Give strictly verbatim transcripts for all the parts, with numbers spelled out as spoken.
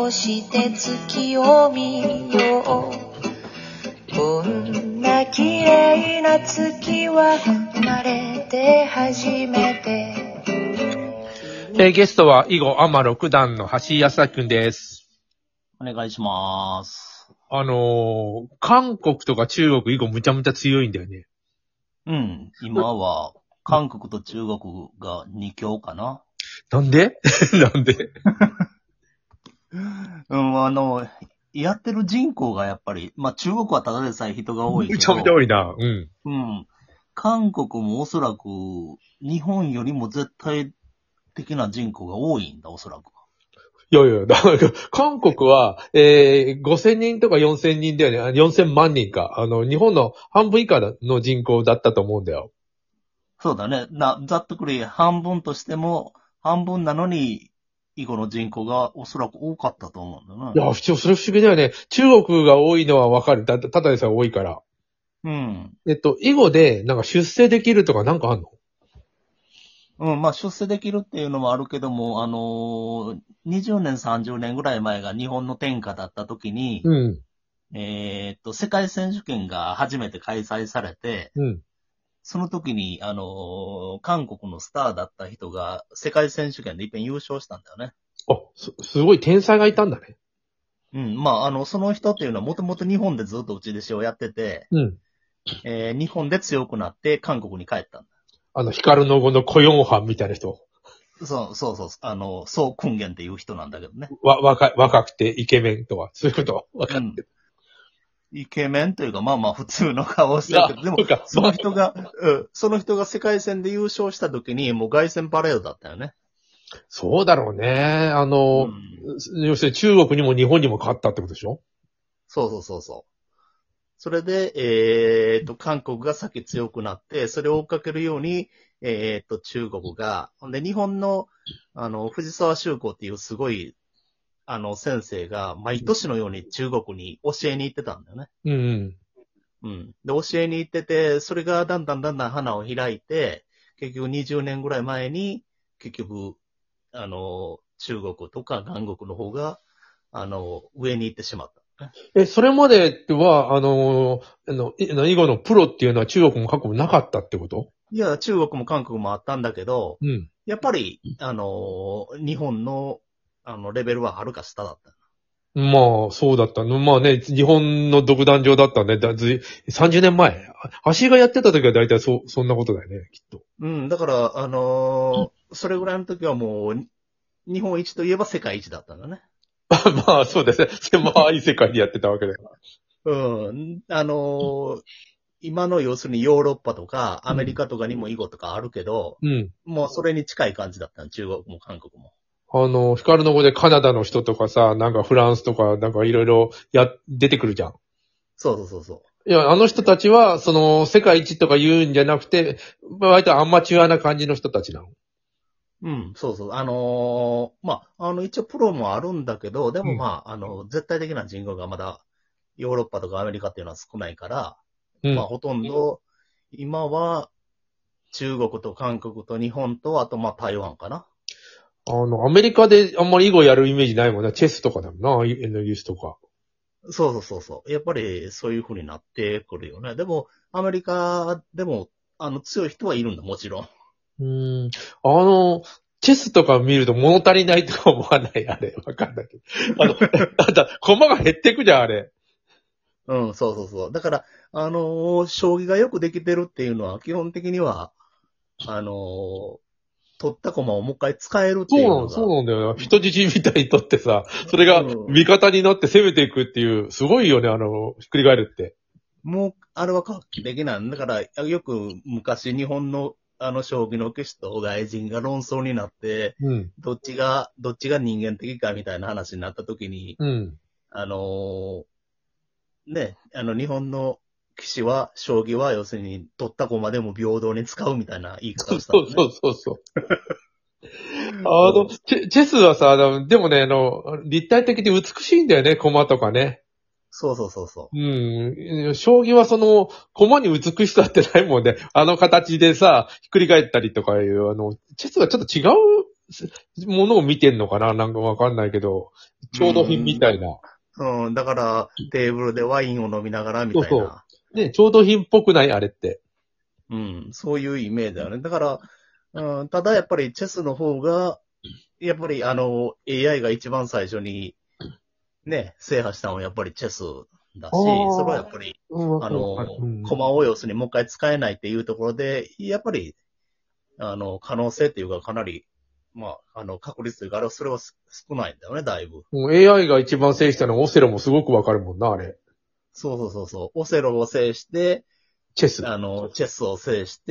こして月を見よう。こんな綺麗な月は生まれて初めて。 えー、ゲストは囲碁アマ六段の橋井康明くんです。 お願いします。 あのー、韓国とか中国囲碁むちゃむちゃ強いんだよね。 うん。今は、韓国と中国が二強かな。 なんでなんでうん、あの、やってる人口がやっぱり、まあ中国はただでさえ人が多いけど。 むちゃむちゃ多いな。うん。 うん。韓国もおそらく、日本よりも絶対的な人口が多いんだ、おそらく。 いやいや、だから韓国は、えー、ごせんにんとかよんせんにんだよね。よんせんまん人か。あの、日本の半分以下の人口だったと思うんだよ。 そうだね。な、ざっとくり半分としても、半分なのに、囲碁の人口がおそらく多かったと思うんだな。 いや、不思それ不思議だよね。中国が多いのはわかる。た、ただでさえ多いから。 うん。 えっと、囲碁で、なんか出世できるとかなんかあんの？ うん、まあ出世できるっていうのもあるけども、あのー、にじゅうねん、さんじゅうねんぐらい前が日本の天下だった時に、 うん。 えーっと、世界選手権が初めて開催されて、 うん。 その時に、あのー、韓国のスターだった人が世界選手権で一遍優勝したんだよね。 あ、す、すごい天才がいたんだね。 うん、まあ、あの、その人っていうのはもともと日本でずっと打ち弟子をやってて、 うん。 えー日本で強くなって韓国に帰ったんだ。 あの、光の語のコヨンハンみたいな人。 そう、そうそう、あの、ソウ・クンゲンっていう人なんだけどね。 わ、若い、若くてイケメンとは、そういうことわかってる。 イケメンというか、まあまあ普通の顔をしてるけど、でもそうか、 その人が、うん、その人が世界戦で優勝した時に、もう凱旋パレードだったよね。 そうだろうね。あの、 うん、 要するに中国にも日本にも勝ったってことでしょ？ そうそうそうそう。それで、えーっと、韓国が先強くなって、それを追っかけるように、えーっと、中国が、ほんで、日本の、あの、藤沢修子っていうすごい、あの、先生が、毎年のように中国に教えに行ってたんだよね。 うん。 うん。で、教えに行ってて、それがだんだんだんだん花を開いて、結局にじゅうねんぐらい前に、結局、あの、中国とか韓国の方が、あの、上に行ってしまった。 え、それまでは、あの、あの、い囲碁のプロっていうのは中国も韓国もなかったってこと？ いや、中国も韓国もあったんだけど、 うん。 やっぱり、あの、日本の、あの、レベルははるか下だった。 まあ、そうだったの。まあね、日本の独壇場だったね。だずいさんじゅうねんまえ。橋がやってた時は大体そ、そんなことだよね、きっと。 うん、だから、あのーそれぐらいの時はもう、日本一といえば世界一だったんだね。 まあ、そうですね。狭い世界でやってたわけだから。 うん。あのー今の要するにヨーロッパとかアメリカとかにも囲碁とかあるけど、 うん。 もうそれに近い感じだったの、中国も韓国も。 あの、光の語でカナダの人とかさ、なんかフランスとか、なんかいろいろや、出てくるじゃん。 そうそうそうそいや、あの人たちは、その、世界一とか言うんじゃなくて、割とアマチュアな感じの人たちなの。 う。うん、そうそう。あのーまあ、あの、一応プロもあるんだけど、でもうんまあ、あの、絶対的な人口がまだヨーロッパとかアメリカっていうのは少ないから、 うん。 まあ、ほとんど、今は中国と韓国と日本と、あとまあ台湾かな。 あの、アメリカであんまり囲碁やるイメージないもんな。チェスとかだもんな、エヌユースとか。 そうそうそうそう。やっぱりそういう風になってくるよね。でも、アメリカでも、あの、強い人はいるんだ、もちろん。 うーん。あの、チェスとか見ると物足りないとか思わない？あれ。わかんないけど。あの、あんた、駒が減ってくじゃん、あれ。 うん、そうそうそう。だから、あのー将棋がよくできてるっていうのは、基本的には、あのー取った駒をもう一回使えるってそうなの、 いうのが、 そうなんだよな。人質みたいにとってさ、それがうん、 味方になって攻めていくっていう、すごいよね、あの、ひっくり返るって。 もう、あれは画期的なんだから、よく昔日本のあの将棋の棋士と外人が論争になって、 うん。 どっちが、どっちが人間的かみたいな話になった時に、 うん。 あのーね、あの日本の棋士は、将棋は要するに取った駒でも平等に使うみたいな言い方をしたそうんだね。 そうそうそう。あの、チェ、チェスはさ、あのでもね、あの、立体的で美しいんだよね、駒とかね。 そうそうそうそう。 うん。将棋はその、駒に美しさってないもんね。あの形でさ、ひっくり返ったりとかいう、あの、チェスはちょっと違うものを見てんのかななんかわかんないけど、調度品みたいな。 うん、だから、テーブルでワインを飲みながらみたいな。 そうそうね、調度品っぽくないあれって。 うん、そういうイメージだよね。だから、うん、ただやっぱりチェスの方が、やっぱりあの、エーアイ が一番最初に、ね、制覇したのはやっぱりチェスだし、それはやっぱり、 うん、 あの、 うん、 コマを要するにもう一回使えないっていうところで、やっぱり、あの、可能性っていうかかなり、まあ、あの、確率というか、あれはそれは少ないんだよね、だいぶ。 もう エーアイ が一番制したのはオセロもすごくわかるもんな、あれ。 そうそうそうそう。オセロを制して、 チェス。 あの、チェスを制して、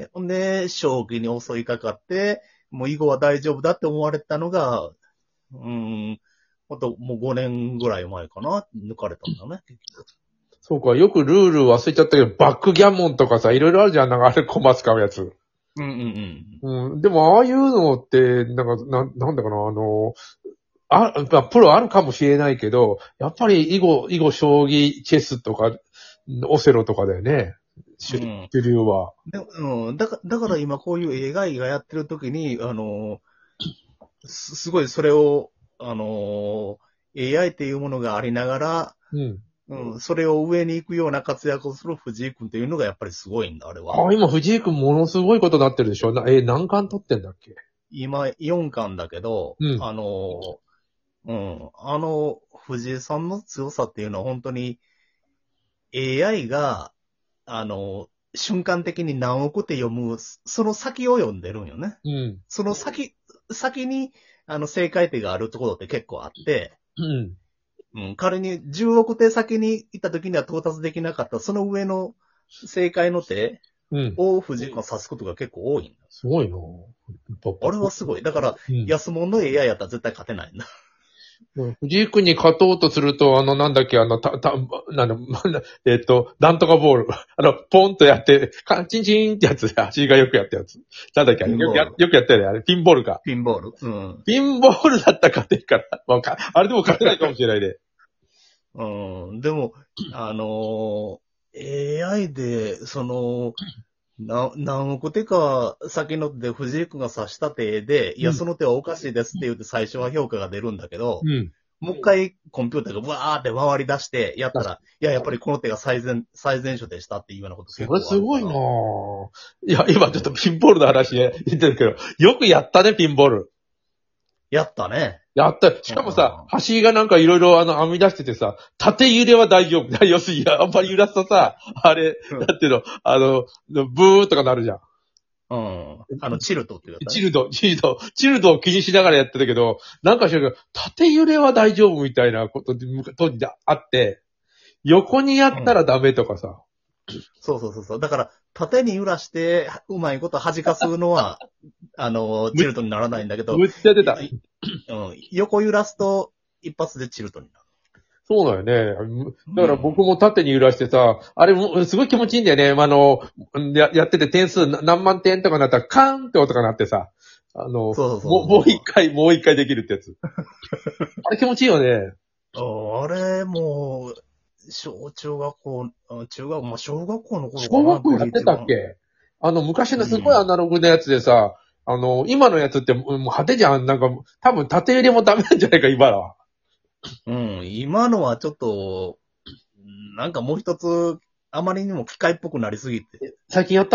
ほんで、将棋に襲いかかって、もう以後は大丈夫だって思われたのが、うーん、ほんと、もうごねんぐらい前かな、抜かれたんだね、結局。 そうか、よくルール忘れちゃったけど、バックギャモンとかさ、いろいろあるじゃん、なんかあれコマ使うやつ。 うんうんうん。 うん、でも、ああいうのって、なんか、な、なんだかな、あの、あ、まあ、プロあるかもしれないけど、やっぱり囲碁、囲碁、将棋、チェスとか、オセロとかだよね。主うん主流は。 でうん、だから、だから今こういう映画がやってる時に、あの、す、すごいそれを、あの、エーアイ っていうものがありながら、 うん。 うん、それを上に行くような活躍をする藤井君っていうのがやっぱりすごいんだ、あれは。 あ、今、藤井君ものすごいことになってるでしょな、えー何冠取ってんだっけ？ 今、よんかんだけど、 うんあの、うん、あの、藤井さんの強さっていうのは本当に エーアイ が、あの、瞬間的に何億手読む、その先を読んでるんよね。 うん。 その先、先に、あの、正解手があるところって結構あって、 うん。 うん、仮にじゅうおく手先に行った時には到達できなかった、その上の正解の手うん。 を藤井君は指すことが結構多いんだ。 すごいなあれはすごい。だから、 うん安物の エーアイ やったら絶対勝てないんだ。 藤井君に勝とうとすると、あの、なんだっけ、あの、た、た、なんだ、なんだえっと、なんとかボール。あの、ポンとやって、カチンチンってやつ、足がよくやったやつ。なんだっけ、あれよくや、よくやったよね、あれ、ピンボールか。 ピンボール。うん。 ピンボールだったら勝てるから。まあか、あれでも勝てないかもしれないね。 うん。でも、あのー、エーアイ で、その、な、何億手か先の手で藤井君が指した手で、いや、 うんその手はおかしいですって言って最初は評価が出るんだけど、 うん。 もう一回コンピューターがわーって回り出してやったら、いや、やっぱりこの手が最善、最善手でしたっていうようなことそ結構あるから。 れすごいなぁ。いや、今ちょっとピンボールの話ね、言ってるけど、よくやったね、ピンボール。 やったね。 やった。しかもさ、橋がなんかいろいろあの編み出しててさ、縦揺れは大丈夫。要するに、あんまり揺らすとさ、あれ、 うんなんていうの、あの、ブーとかなるじゃん。 うん。あの、チルトっていうやつ、ね。 チルド、チルド、チルドを気にしながらやってたけど、なんか知らんけど、縦揺れは大丈夫みたいなことで、当時であって、横にやったらダメとかさ。 そうそうそうそう。だから、縦に揺らして、うまいこと弾かすのは、あの、チルトにならないんだけど、 むっちゃ出た。 うん、横揺らすと、一発でチルトになる。 そうだよね。だから僕も縦に揺らしてさ、あれもすごい気持ちいいんだよね。あの、ややってて点数何万点とかなったらカーンって音が鳴ってさ、あの、 そうそうそうもうもう一回、もう一回できるってやつ。あれ気持ちいいよね。 あれ、もう、小中学校、中学、まあ、小学校の頃かな。 小学校やってたっけ？あの、昔のすごいアナログなやつでさ、うん、あの、今のやつってもう派手じゃん。なんか、多分縦揺れもダメなんじゃないか、今は。 うん、今のはちょっと、なんかもう一つ、あまりにも機械っぽくなりすぎて。 最近やった？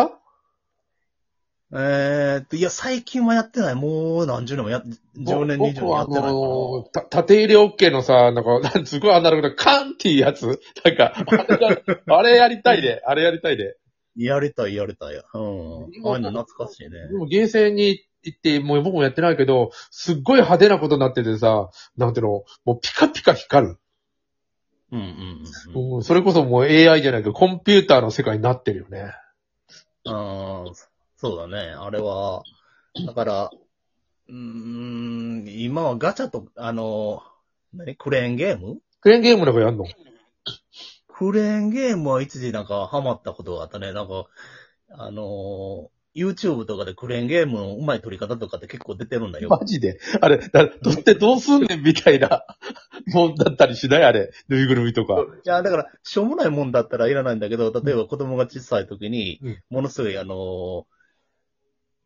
えーっと、いや、最近はやってない。もう何十年もや、じゅうねん、にじゅうねんやってないかな。 あのー、た縦揺れ OK のさ、なんか、すごいアナログなカンっていうやつなんか、あれあれやりたいで、あれやりたいで。 やりたい、やりたい。うん。ああいうの懐かしいね。 でも、ゲーセンに行って、もう僕もやってないけど、すっごい派手なことになっててさ、なんていうの、もうピカピカ光る。 うんうんうん、 うん。それこそもう エーアイ じゃないけど、コンピューターの世界になってるよね。 ああ、そうだね。あれは、だから、うーん、今はガチャと、あの、何クレーンゲームクレーンゲームなんかやんの？ クレーンゲームは一時なんかハマったことがあったね。なんか、あの、YouTube とかでクレーンゲームの上手い撮り方とかって結構出てるんだよ。 マジであれ、だ、撮ってどうすんねんみたいなもんだったりしないあれ。ぬいぐるみとか。 いや、だから、しょうもないもんだったらいらないんだけど、例えば子供が小さい時に、 うん、 ものすごいあの、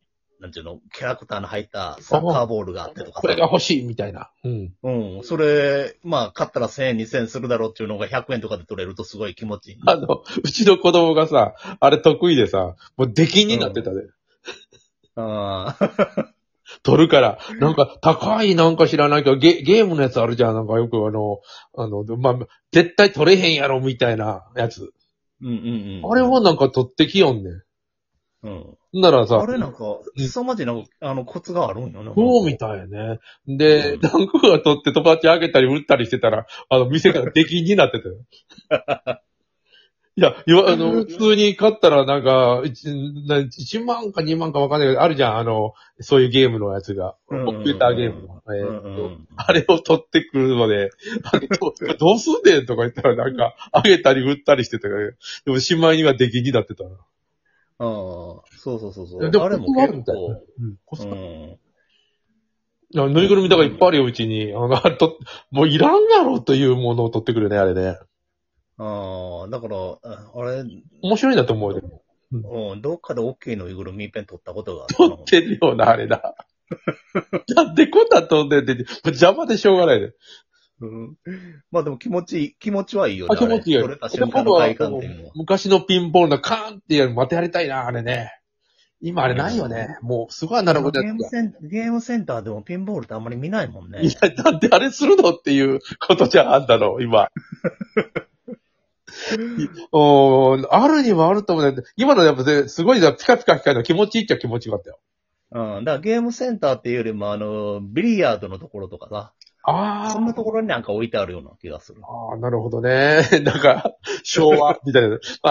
なんていうの、キャラクターの入ったサッカーボールがあってとかさ。 これが欲しいみたいな。うん。 うん。それ、まあ、買ったらせんえん、にせんえんするだろうっていうのがひゃくえんとかで取れるとすごい気持ちいい。 あの、うちの子供がさ、あれ得意でさ、もう出禁になってたで。 ああ。 取るから、なんか高いなんか知らないけど、ゲ、ゲームのやつあるじゃん。なんかよくあの、あの、まあ、絶対取れへんやろみたいなやつ。 うんうんうん。 あれはなんか取ってきよんねん。 うん。 ならさ、 あれなんか、凄まじいなんか、あの、コツがあるんよな。 そうみたいね。で、何個か取って友達あげたり売ったりしてたら、あの、店が出禁になってたよ。いや、いわ、あの、普通に買ったらなんか、いち、いちまんかにまんかわかんないけど、あるじゃん、あの、そういうゲームのやつが。コうんンピューターゲームの。えーうんうんあれを取ってくるので、あれどうどうすんねんとか言ったらなんか、あげたり売ったりしてたから、でもしまいには出禁になってたな。 ああ、そうそうそうそう。 でもあれもコツがあるみたい結構、 うん、コスパ。いうん。 や、ぬいぐるみだからいっぱいあるよ、うちに。あの、あれと、もういらんやろというものを取ってくるね、あれね。 ああ、だから、ああれ、 面白いなと思うよ。 うん、どっかで大きいぬいぐるみいっぺん取ったことがあった取な。 ってるような、あれだ。なんでこんなん飛んでんで、邪魔でしょうがないで。 うん。まあでも気持ちいい、気持ちはいいよね。 あ、気持ちいいよ。 あれ取れた瞬間の快感っていうのは。 昔のピンボールのカーンってやるまたやりたいな、あれね。今あれないよね。もう、すごいアナログだゲームセン、ゲームセンターでもピンボールってあんまり見ないもんね。 いや、なんであれするのっていうことじゃあんだろう、今。おーあるにはあると思うんだけど、今のやっぱねすごいピカピカ光るの気持ちいいっちゃ気持ちよかったよ。 うん。だからゲームセンターっていうよりも、あの、ビリヤードのところとかさ、 あそんなところになんか置いてあるような気がする。 あ、ああ、なるほどね。なんか、昭和みたいな。